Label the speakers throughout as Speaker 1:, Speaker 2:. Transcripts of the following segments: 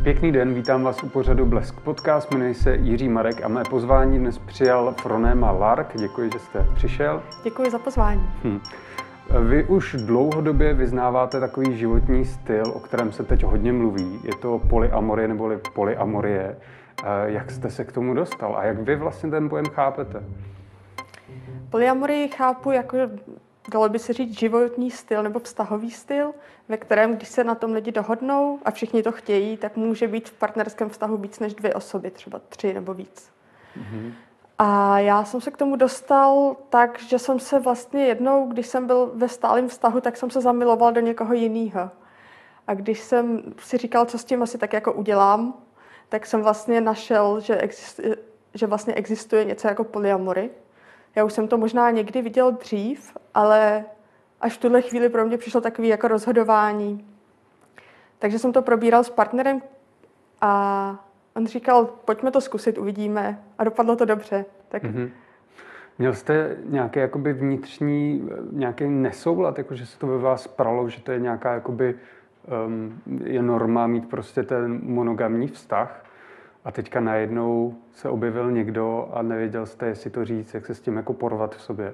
Speaker 1: Pěkný den, vítám vás u pořadu Blesk Podcast, jmenuji se Jiří Marek a mé pozvání dnes přijal Phronema Lark. Děkuji, že jste přišel.
Speaker 2: Děkuji za pozvání.
Speaker 1: Vy už dlouhodobě vyznáváte takový životní styl, o kterém se teď hodně mluví. Je to polyamorie neboli polyamorie. Jak jste se k tomu dostal a jak vy vlastně ten pojem chápete?
Speaker 2: Polyamorii chápu jako, dalo by se říct, životní styl nebo vztahový styl, ve kterém, když se na tom lidi dohodnou a všichni to chtějí, tak může být v partnerském vztahu víc než 2 osoby, třeba 3 nebo víc. Mm-hmm. A já jsem se k tomu dostal tak, že jsem se vlastně jednou, když jsem byl ve stálém vztahu, tak jsem se zamiloval do někoho jiného. A když jsem si říkal, co s tím asi tak jako udělám, tak jsem vlastně našel, že vlastně existuje něco jako polyamory. Já už jsem to možná někdy viděl dřív, ale až v tuhle chvíli pro mě přišlo takové jako rozhodování. Takže jsem to probíral s partnerem a on říkal, pojďme to zkusit, uvidíme. A dopadlo to dobře. Tak...
Speaker 1: Mm-hmm. Měl jste nějaký jakoby vnitřní, nějaký nesoulad, jako že se to ve vás pralo, že to je nějaká jakoby, je norma mít prostě ten monogamní vztah a teďka najednou se objevil někdo a nevěděl jste, jestli to říct, jak se s tím jako porvat v sobě?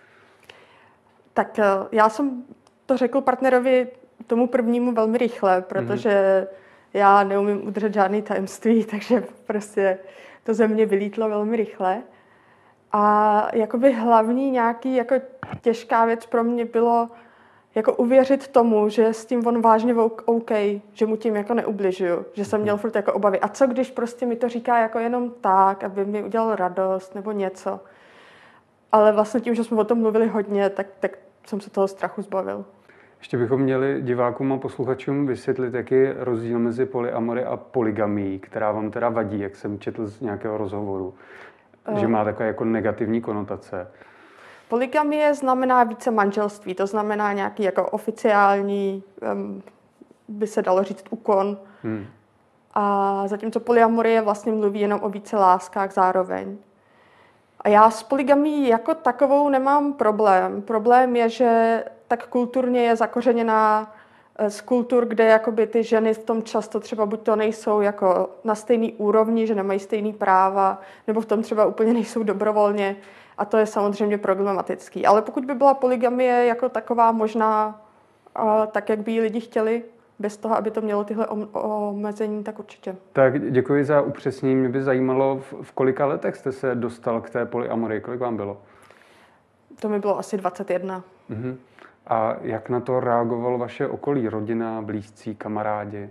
Speaker 1: Tak
Speaker 2: já jsem to řekl partnerovi tomu prvnímu velmi rychle, protože já neumím udržet žádný tajemství, takže prostě to ze mě vylítlo velmi rychle. A jakoby hlavní nějaký jako těžká věc pro mě bylo jako uvěřit tomu, že s tím on vážně OK, že mu tím jako neubližuju, že jsem měl furt jako obavy. A co když prostě mi to říká jako jenom tak, aby mi udělal radost nebo něco. Ale vlastně tím, že jsme o tom mluvili hodně, tak jsem se toho strachu zbavil.
Speaker 1: Ještě bychom měli divákům a posluchačům vysvětlit, jaký je rozdíl mezi polyamory a polygamií, která vám teda vadí, jak jsem četl z nějakého rozhovoru, že má takové jako negativní konotace.
Speaker 2: Polygamie znamená více manželství, to znamená nějaký jako oficiální, by se dalo říct, úkon. A zatímco polyamorie vlastně mluví jenom o více láskách zároveň. A já s polygamií jako takovou nemám problém. Problém je, že tak kulturně je zakořeněná z kultur, kde jakoby ty ženy v tom často třeba buď to nejsou jako na stejný úrovni, že nemají stejný práva, nebo v tom třeba úplně nejsou dobrovolně. A to je samozřejmě problematický. Ale pokud by byla polygamie jako taková možná tak, jak by ji lidi chtěli, bez toho, aby to mělo tyhle omezení, tak určitě.
Speaker 1: Tak děkuji za upřesnění. Mě by zajímalo, v kolika letech jste se dostal k té polyamorii? Kolik vám bylo?
Speaker 2: To mi bylo asi 21.
Speaker 1: A jak na to reagovalo vaše okolí, rodina, blízcí, kamarádi?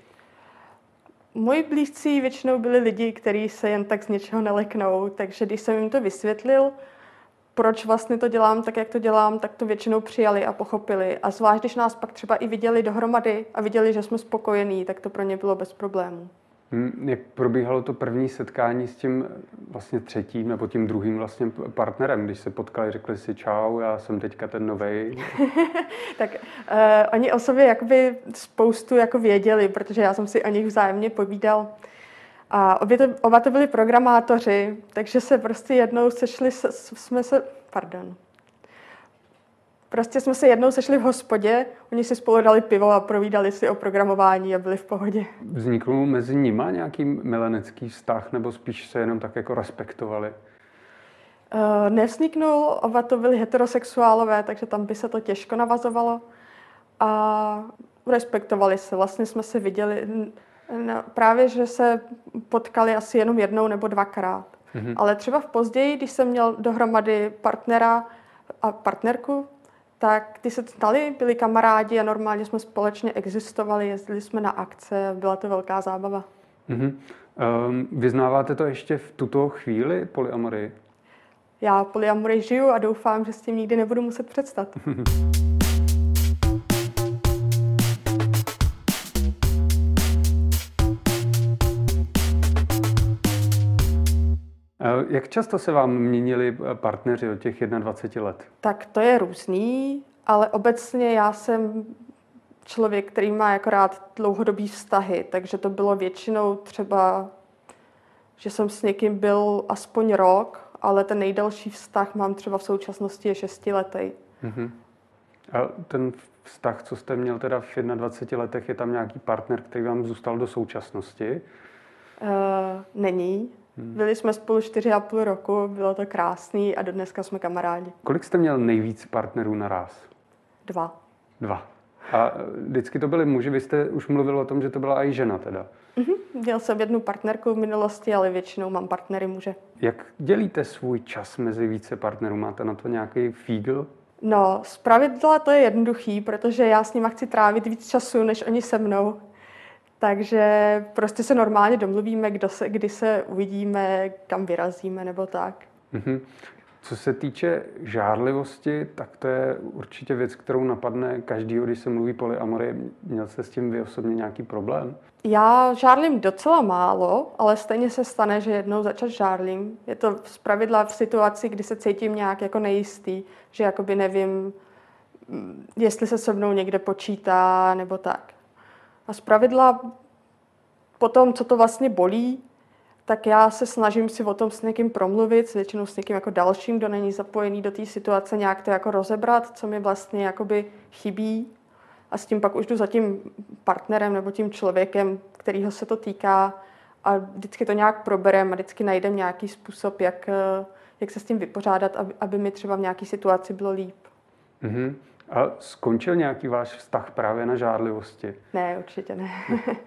Speaker 2: Moji blízcí většinou byli lidi, kteří se jen tak z něčeho neleknou, takže když jsem jim to vysvětlil, proč vlastně to dělám tak, jak to dělám, tak to většinou přijali a pochopili. A zvlášť, když nás pak třeba i viděli dohromady a viděli, že jsme spokojení, tak to pro ně bylo bez problémů.
Speaker 1: Jak probíhalo to první setkání s tím vlastně třetím nebo tím druhým vlastně partnerem, když se potkali, řekli si čau, já jsem teďka ten novej?
Speaker 2: Tak oni o sobě jakoby spoustu jako věděli, protože já jsem si o nich vzájemně povídal. A oba to byli programátoři, takže se prostě jednou jsme se jednou sešli v hospodě, oni si spolu dali pivo a povídali si o programování a byli v pohodě.
Speaker 1: Vznikl mezi nima nějaký milenecký vztah, nebo spíš se jenom tak jako respektovali?
Speaker 2: Nevzniknul, oba to byli heterosexuálové, takže tam by se to těžko navazovalo. A respektovali se, vlastně jsme se viděli, právě že se potkali asi jenom jednou nebo 2krát. Ale třeba v později, když jsem měl dohromady partnera a partnerku, tak ty se znali, byli kamarádi a normálně jsme společně existovali, jezdili jsme na akce a byla to velká zábava.
Speaker 1: Vyznáváte to ještě v tuto chvíli, polyamorii?
Speaker 2: Já polyamorii žiju a doufám, že s tím nikdy nebudu muset přestat.
Speaker 1: Jak často se vám měnili partneři od těch 21 let?
Speaker 2: Tak to je různý, ale obecně já jsem člověk, který má jako rád dlouhodobý vztahy, takže to bylo většinou třeba, že jsem s někým byl aspoň rok, ale ten nejdelší vztah mám třeba v současnosti je 6letý.
Speaker 1: A ten vztah, co jste měl teda v 21 letech, je tam nějaký partner, který vám zůstal do současnosti?
Speaker 2: Není. Byli jsme spolu 4,5 roku, bylo to krásný a do dneska jsme kamarádi.
Speaker 1: Kolik jste měl nejvíc partnerů naraz?
Speaker 2: 2.
Speaker 1: 2. A vždycky to byli muži, vy jste už mluvil o tom, že to byla i žena teda.
Speaker 2: Měl jsem jednu partnerku v minulosti, ale většinou mám partnery muže.
Speaker 1: Jak dělíte svůj čas mezi více partnerů? Máte na to nějaký fígl?
Speaker 2: No, zpravidla to je jednoduchý, protože já s nima chci trávit víc času, než oni se mnou. Takže prostě se normálně domluvíme, kdy se uvidíme, kam vyrazíme nebo tak.
Speaker 1: Co se týče žárlivosti, tak to je určitě věc, kterou napadne každýho, když se mluví polyamory. Měl jste s tím vy osobně nějaký problém?
Speaker 2: Já žárlím docela málo, ale stejně se stane, že jednou za čas žárlím. Je to zpravidla v situaci, kdy se cítím nějak jako nejistý, že jakoby nevím, jestli se se mnou někde počítá nebo tak. A zpravidla po tom, co to vlastně bolí, tak já se snažím si o tom s někým promluvit, většinou s někým jako dalším, kdo není zapojený do té situace, nějak to jako rozebrat, co mi vlastně jakoby chybí. A s tím pak už jdu za tím partnerem nebo tím člověkem, kterýho se to týká a vždycky to nějak proberem a vždycky najdem nějaký způsob, jak se s tím vypořádat, aby mi třeba v nějaké situaci bylo líp.
Speaker 1: A skončil nějaký váš vztah právě na žárlivosti?
Speaker 2: Ne, určitě ne.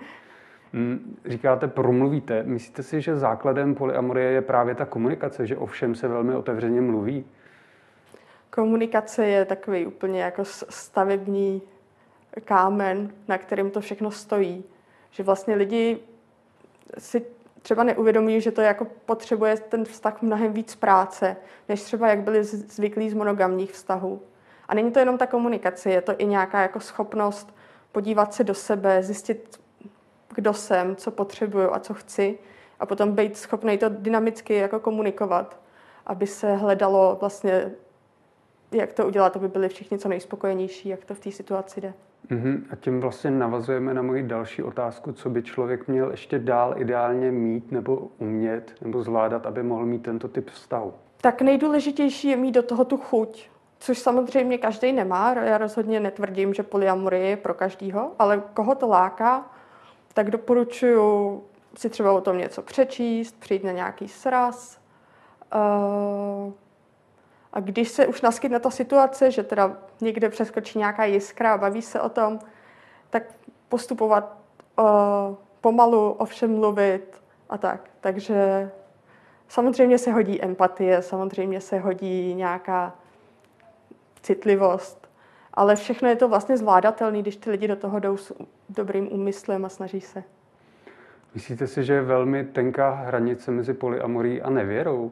Speaker 1: Říkáte, promluvíte. Myslíte si, že základem polyamorie je právě ta komunikace, že o všem se velmi otevřeně mluví?
Speaker 2: Komunikace je takový úplně jako stavební kámen, na kterým to všechno stojí. Že vlastně lidi si třeba neuvědomují, že to jako potřebuje ten vztah mnohem víc práce, než třeba jak byli zvyklí z monogamních vztahů. A není to jenom ta komunikace, je to i nějaká jako schopnost podívat se do sebe, zjistit, kdo jsem, co potřebuju a co chci a potom být schopný to dynamicky jako komunikovat, aby se hledalo vlastně, jak to udělat, aby byli všichni co nejspokojenější, jak to v té situaci jde.
Speaker 1: A tím vlastně navazujeme na moji další otázku, co by člověk měl ještě dál ideálně mít nebo umět nebo zvládat, aby mohl mít tento typ vztahu.
Speaker 2: Tak nejdůležitější je mít do toho tu chuť, což samozřejmě každý nemá. Já rozhodně netvrdím, že polyamorie je pro každýho, ale koho to láká, tak doporučuji si třeba o tom něco přečíst, přijít na nějaký sraz. A když se už naskytne ta situace, že teda někde přeskočí nějaká jiskra a baví se o tom, tak postupovat pomalu, ovšem mluvit a tak. Takže samozřejmě se hodí empatie, samozřejmě se hodí nějaká citlivost, ale všechno je to vlastně zvládatelné, když ty lidi do toho jdou s dobrým úmyslem a snaží se.
Speaker 1: Myslíte si, že je velmi tenká hranice mezi polyamorií a nevěrou?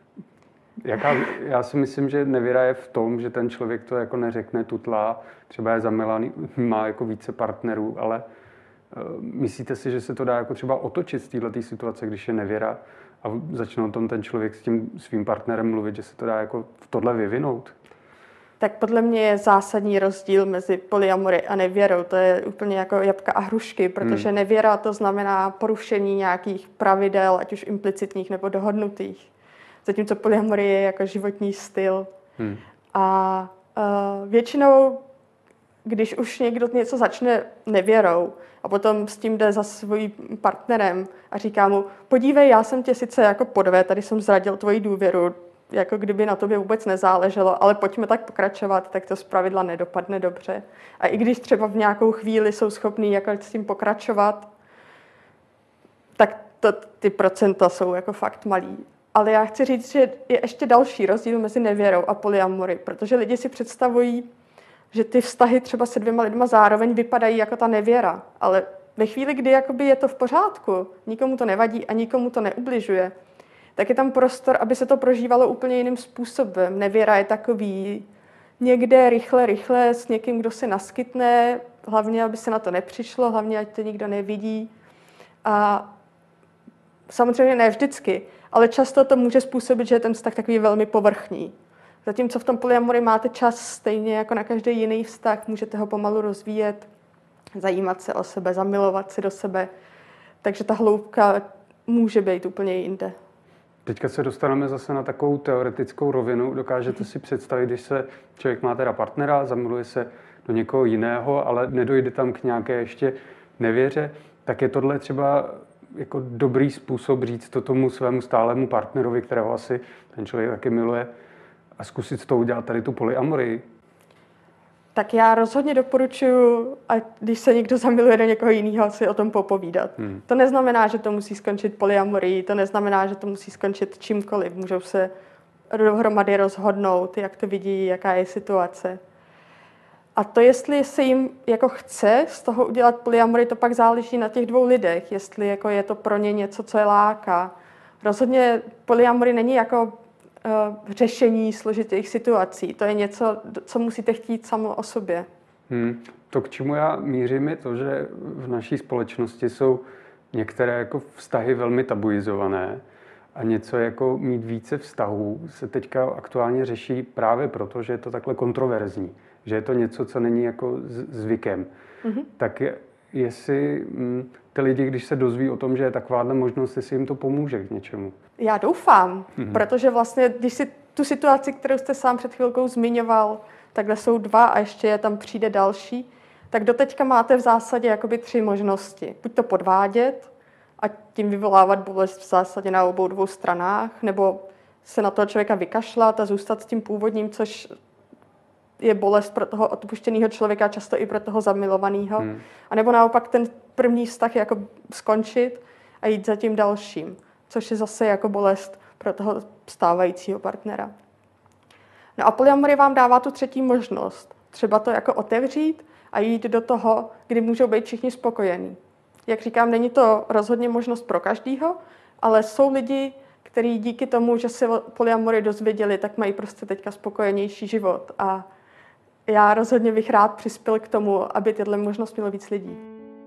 Speaker 1: Já si myslím, že nevěra je v tom, že ten člověk to jako neřekne, tutlá, třeba je zamilaný, má jako více partnerů, ale myslíte si, že se to dá jako třeba otočit z této situace, když je nevěra a začne o tom ten člověk s tím svým partnerem mluvit, že se to dá jako tohle vyvinout?
Speaker 2: Tak podle mě je zásadní rozdíl mezi polyamory a nevěrou. To je úplně jako jablka a hrušky, protože nevěra to znamená porušení nějakých pravidel, ať už implicitních nebo dohodnutých. Zatímco polyamorie je jako životní styl. A většinou, když už někdo něco začne nevěrou a potom s tím jde za svým partnerem a říká mu, podívej, já jsem tě sice jako podvedl, tady jsem zradil tvoji důvěru, jako kdyby na tobě vůbec nezáleželo, ale pojďme tak pokračovat, tak to zpravidla nedopadne dobře. A i když třeba v nějakou chvíli jsou schopní jako s tím pokračovat, tak ty procenta jsou jako fakt malý. Ale já chci říct, že je ještě další rozdíl mezi nevěrou a polyamory, protože lidi si představují, že ty vztahy třeba se 2 lidma zároveň vypadají jako ta nevěra. Ale ve chvíli, kdy jakoby je to v pořádku, nikomu to nevadí a nikomu to neubližuje, tak je tam prostor, aby se to prožívalo úplně jiným způsobem. Nevěra je takový někde rychle s někým, kdo se naskytne, hlavně, aby se na to nepřišlo, hlavně, ať to nikdo nevidí. A samozřejmě ne vždycky, ale často to může způsobit, že je ten vztah takový velmi povrchní. Zatímco v tom polyamory máte čas stejně jako na každý jiný vztah, můžete ho pomalu rozvíjet, zajímat se o sebe, zamilovat se do sebe. Takže ta hloubka může být úplně jinde.
Speaker 1: Teďka se dostaneme zase na takovou teoretickou rovinu. Dokážete si představit, když se člověk má teda partnera, zamiluje se do někoho jiného, ale nedojde tam k nějaké ještě nevěře, tak je tohle třeba jako dobrý způsob říct to tomu svému stálému partnerovi, kterého asi ten člověk taky miluje, a zkusit to udělat tady tu polyamorii?
Speaker 2: Tak já rozhodně doporučuji, a když se někdo zamiluje do někoho jiného, si o tom popovídat. To neznamená, že to musí skončit polyamorií, to neznamená, že to musí skončit čímkoliv. Můžou se dohromady rozhodnout, jak to vidí, jaká je situace. A to, jestli se jim jako chce z toho udělat polyamorii, to pak záleží na těch dvou lidech, jestli jako je to pro ně něco, co je láká. Rozhodně polyamorie není jako řešení složitých situací. To je něco, co musíte chtít samo o sobě.
Speaker 1: To, k čemu já mířím, je to, že v naší společnosti jsou některé jako vztahy velmi tabuizované a něco jako mít více vztahů se teďka aktuálně řeší právě proto, že je to takhle kontroverzní. Že je to něco, co není jako zvykem. Tak jestli ty lidi, když se dozví o tom, že je takováhle možnost, jestli jim to pomůže k něčemu?
Speaker 2: Já doufám, protože vlastně, když si tu situaci, kterou jste sám před chvilkou zmiňoval, takhle jsou dva a ještě tam přijde další, tak doteďka máte v zásadě jakoby 3 možnosti. Buď to podvádět a tím vyvolávat bolest v zásadě na obou dvou stranách, nebo se na toho člověka vykašlat a zůstat s tím původním, což je bolest pro toho odpuštěného člověka, často i pro toho zamilovaného. A nebo naopak ten první vztah jako skončit a jít za tím dalším, což je zase jako bolest pro toho stávajícího partnera. No a polyamorie vám dává tu 3. možnost. Třeba to jako otevřít a jít do toho, kdy můžou být všichni spokojení. Jak říkám, není to rozhodně možnost pro každýho, ale jsou lidi, kteří díky tomu, že se o polyamorii dozvěděli, tak mají prostě teďka spokojenější život. A já rozhodně bych rád přispěl k tomu, aby tyhle možnost mělo víc lidí.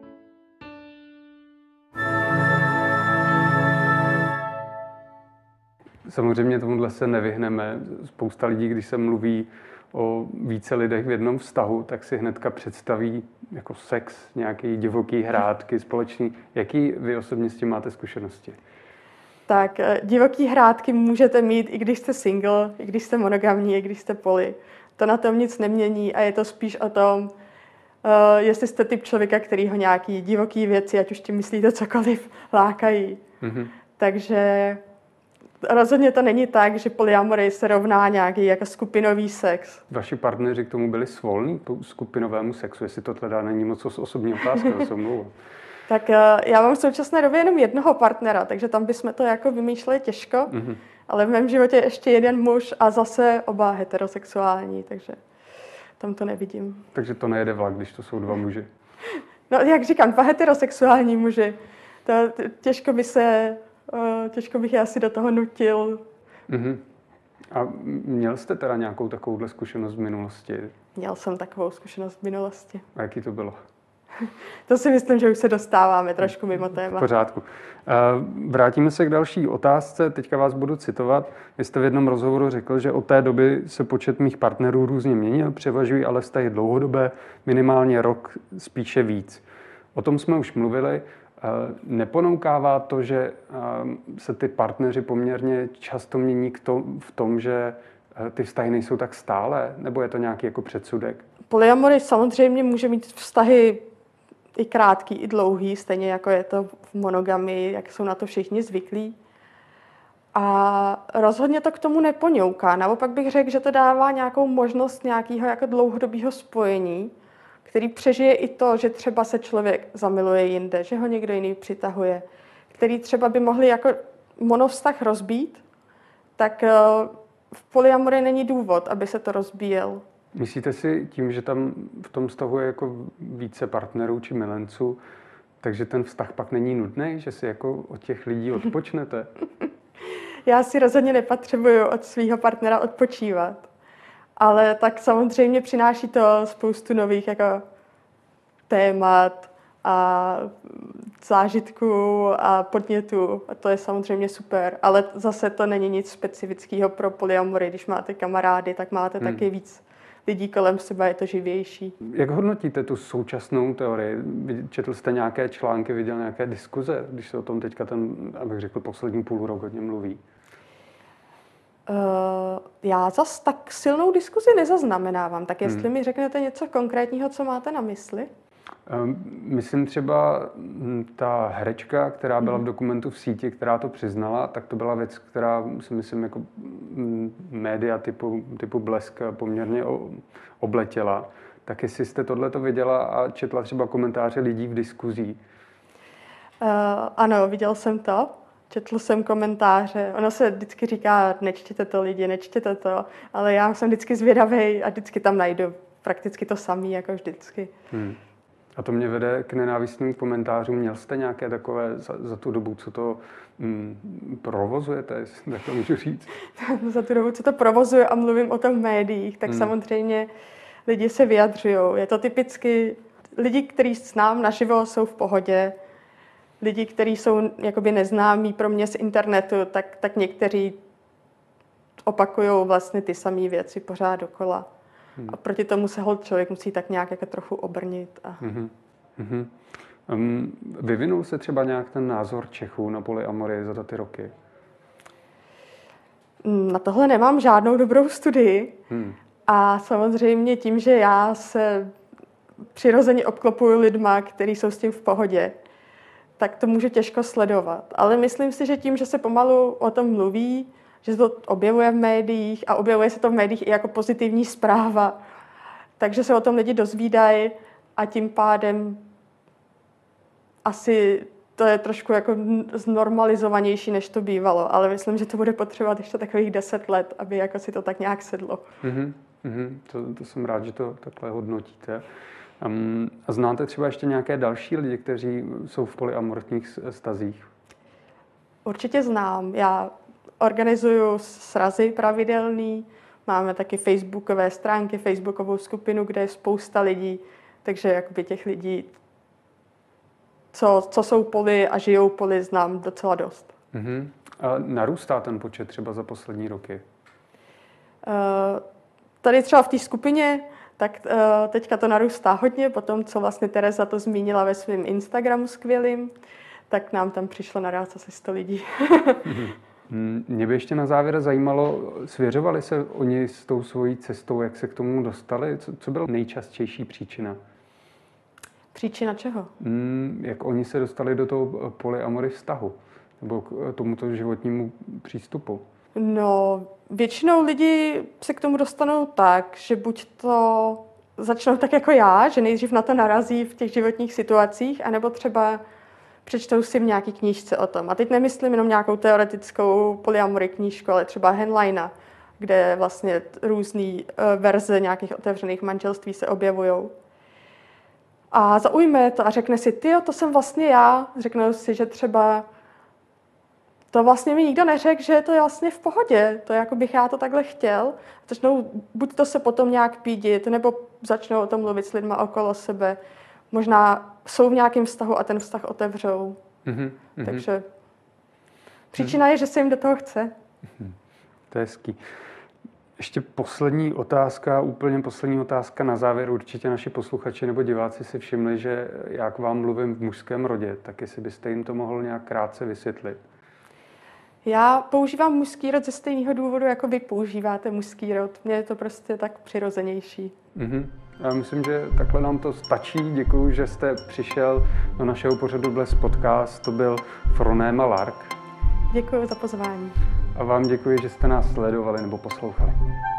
Speaker 1: Samozřejmě tomuhle se nevyhneme. Spousta lidí, když se mluví o více lidech v jednom vztahu, tak si hnedka představí jako sex, nějaký divoký hrátky společný. Jaký vy osobně s tím máte zkušenosti?
Speaker 2: Tak divoký hrátky můžete mít, i když jste single, i když jste monogamní, i když jste poly. To na tom nic nemění a je to spíš o tom, jestli jste typ člověka, který ho nějaký divoký věci, ať už tím myslíte cokoliv, lákají. Takže rozhodně to není tak, že polyamorie se rovná nějaký jako skupinový sex.
Speaker 1: Vaši partneři k tomu byli svolní k skupinovému sexu, jestli to teda není moc osobní otázka, to se omlouvám.
Speaker 2: Tak já mám v současné době jenom jednoho partnera, takže tam bychom to jako vymýšleli těžko, ale v mém životě je ještě jeden muž a zase oba heterosexuální, takže tam to nevidím.
Speaker 1: Takže to nejede vlak, když to jsou 2 muži.
Speaker 2: No, jak říkám, 2 heterosexuální muži. To těžko bych je asi do toho nutil.
Speaker 1: A měl jste teda nějakou takovouhle zkušenost v minulosti?
Speaker 2: Měl jsem takovou zkušenost v minulosti.
Speaker 1: A jaký to bylo?
Speaker 2: To si myslím, že už se dostáváme trošku mimo téma.
Speaker 1: V pořádku. Vrátíme se k další otázce. Teďka vás budu citovat. Vy jste v jednom rozhovoru řekl, že od té doby se počet mých partnerů různě měnil, převažují ale vztahy dlouhodobé, minimálně rok, spíše víc. O tom jsme už mluvili. Neponoukává to, že se ty partneři poměrně často mění v tom, že ty vztahy nejsou tak stálé? Nebo je to nějaký jako předsudek?
Speaker 2: Polyamorie samozřejmě může mít vztahy i krátký, i dlouhý, stejně jako je to v monogamii, jak jsou na to všichni zvyklí. A rozhodně to k tomu neponouká. Naopak bych řekl, že to dává nějakou možnost nějakého jako dlouhodobého spojení, který přežije i to, že třeba se člověk zamiluje jinde, že ho někdo jiný přitahuje, který třeba by mohli jako monovztah rozbít, tak v polyamorii není důvod, aby se to rozbíjel.
Speaker 1: Myslíte si tím, že tam v tom vztahu je jako více partnerů či milenců, takže ten vztah pak není nudný, že si jako od těch lidí odpočnete?
Speaker 2: Já si rozhodně nepotřebuju od svého partnera odpočívat. Ale tak samozřejmě přináší to spoustu nových jako témat a zážitků a podnětů. A to je samozřejmě super. Ale zase to není nic specifického pro polyamorii. Když máte kamarády, tak máte taky víc lidí kolem sebe, je to živější.
Speaker 1: Jak hodnotíte tu současnou teorii? Četl jste nějaké články, viděl nějaké diskuze, když se o tom teďka abych řekl, poslední půl rok hodně mluví?
Speaker 2: Já zas tak silnou diskuzi nezaznamenávám. Tak jestli mi řeknete něco konkrétního, co máte na mysli?
Speaker 1: Myslím třeba ta herečka, která byla v dokumentu V síti, která to přiznala, tak to byla věc, která si myslím jako média typu Blesk poměrně obletěla. Tak jestli jste tohleto viděla a četla třeba komentáře lidí v diskuzích?
Speaker 2: Ano, viděl jsem to. Četl jsem komentáře. Ono se vždycky říká, nečtěte to lidi, nečtěte to, ale já jsem vždycky zvědavej a vždycky tam najdu prakticky to samé, jako vždycky.
Speaker 1: A to mě vede k nenávistným komentářům. Měl jste nějaké takové za tu dobu, co to provozujete, jestli tak to můžu říct?
Speaker 2: Za tu dobu, co to provozuje a mluvím o tom v médiích, tak samozřejmě lidi se vyjadřují. Je to typicky lidi, kteří znám naživo, jsou v pohodě. Lidi, kteří jsou jakoby neznámí pro mě z internetu, tak někteří opakují vlastně ty samé věci pořád dokola. A proti tomu se holt člověk musí tak nějak jako trochu obrnit.
Speaker 1: Vyvinul se třeba nějak ten názor Čechů na polyamorii za ty roky?
Speaker 2: Na tohle nemám žádnou dobrou studii. A samozřejmě tím, že já se přirozeně obklopuju lidma, kteří jsou s tím v pohodě, tak to může těžko sledovat. Ale myslím si, že tím, že se pomalu o tom mluví, že se to objevuje v médiích a objevuje se to v médiích i jako pozitivní zpráva, takže se o tom lidi dozvídají a tím pádem asi to je trošku jako znormalizovanější, než to bývalo, ale myslím, že to bude potřebovat ještě takových 10 let, aby jako si to tak nějak sedlo.
Speaker 1: To jsem rád, že to takhle hodnotíte. A znáte třeba ještě nějaké další lidi, kteří jsou v polyamortních vztazích?
Speaker 2: Určitě znám. Já organizuju srazy pravidelný, máme taky facebookové stránky, facebookovou skupinu, kde je spousta lidí, takže jakoby těch lidí, co jsou poly a žijou poly, znám docela dost.
Speaker 1: A narůstá ten počet třeba za poslední roky?
Speaker 2: Tady třeba v té skupině, tak teďka to narůstá hodně, potom co vlastně Tereza to zmínila ve svém Instagramu skvělým, tak nám tam přišlo naraz asi 100 lidí.
Speaker 1: Mě by ještě na závěr zajímalo, svěřovali se oni s tou svojí cestou, jak se k tomu dostali? Co byla nejčastější příčina?
Speaker 2: Příčina čeho?
Speaker 1: Jak oni se dostali do toho polyamory vztahu? Nebo k tomuto životnímu přístupu?
Speaker 2: No, většinou lidi se k tomu dostanou tak, že buď to začnou tak jako já, že nejdřív na to narazí v těch životních situacích, anebo třeba přečtou si v nějaký knížce o tom. A teď nemyslím jenom nějakou teoretickou polyamory knížku, ale třeba Henleina, kde vlastně různé verze nějakých otevřených manželství se objevujou. A zaujme to a řekne si, tyjo, to jsem vlastně já. Řeknou si, že třeba to vlastně mi nikdo neřekl, že to je vlastně v pohodě. To jako bych já to takhle chtěl. Začnou buď to se potom nějak pídit, nebo začnou o tom mluvit s lidma okolo sebe. Možná jsou v nějakém vztahu a ten vztah otevřou. Takže příčina je, že se jim do toho chce.
Speaker 1: To je hezký. Ještě poslední otázka, úplně poslední otázka na závěr. Určitě naši posluchači nebo diváci si všimli, že já k vám mluvím v mužském rodě, tak jestli byste jim to mohl nějak krátce vysvětlit.
Speaker 2: Já používám mužský rod ze stejného důvodu, jako vy používáte mužský rod. Mně je to prostě tak přirozenější.
Speaker 1: Já myslím, že takhle nám to stačí. Děkuji, že jste přišel do našeho pořadu Blesk Podcast. To byl Fronéma Lark.
Speaker 2: Děkuji za pozvání.
Speaker 1: A vám děkuji, že jste nás sledovali nebo poslouchali.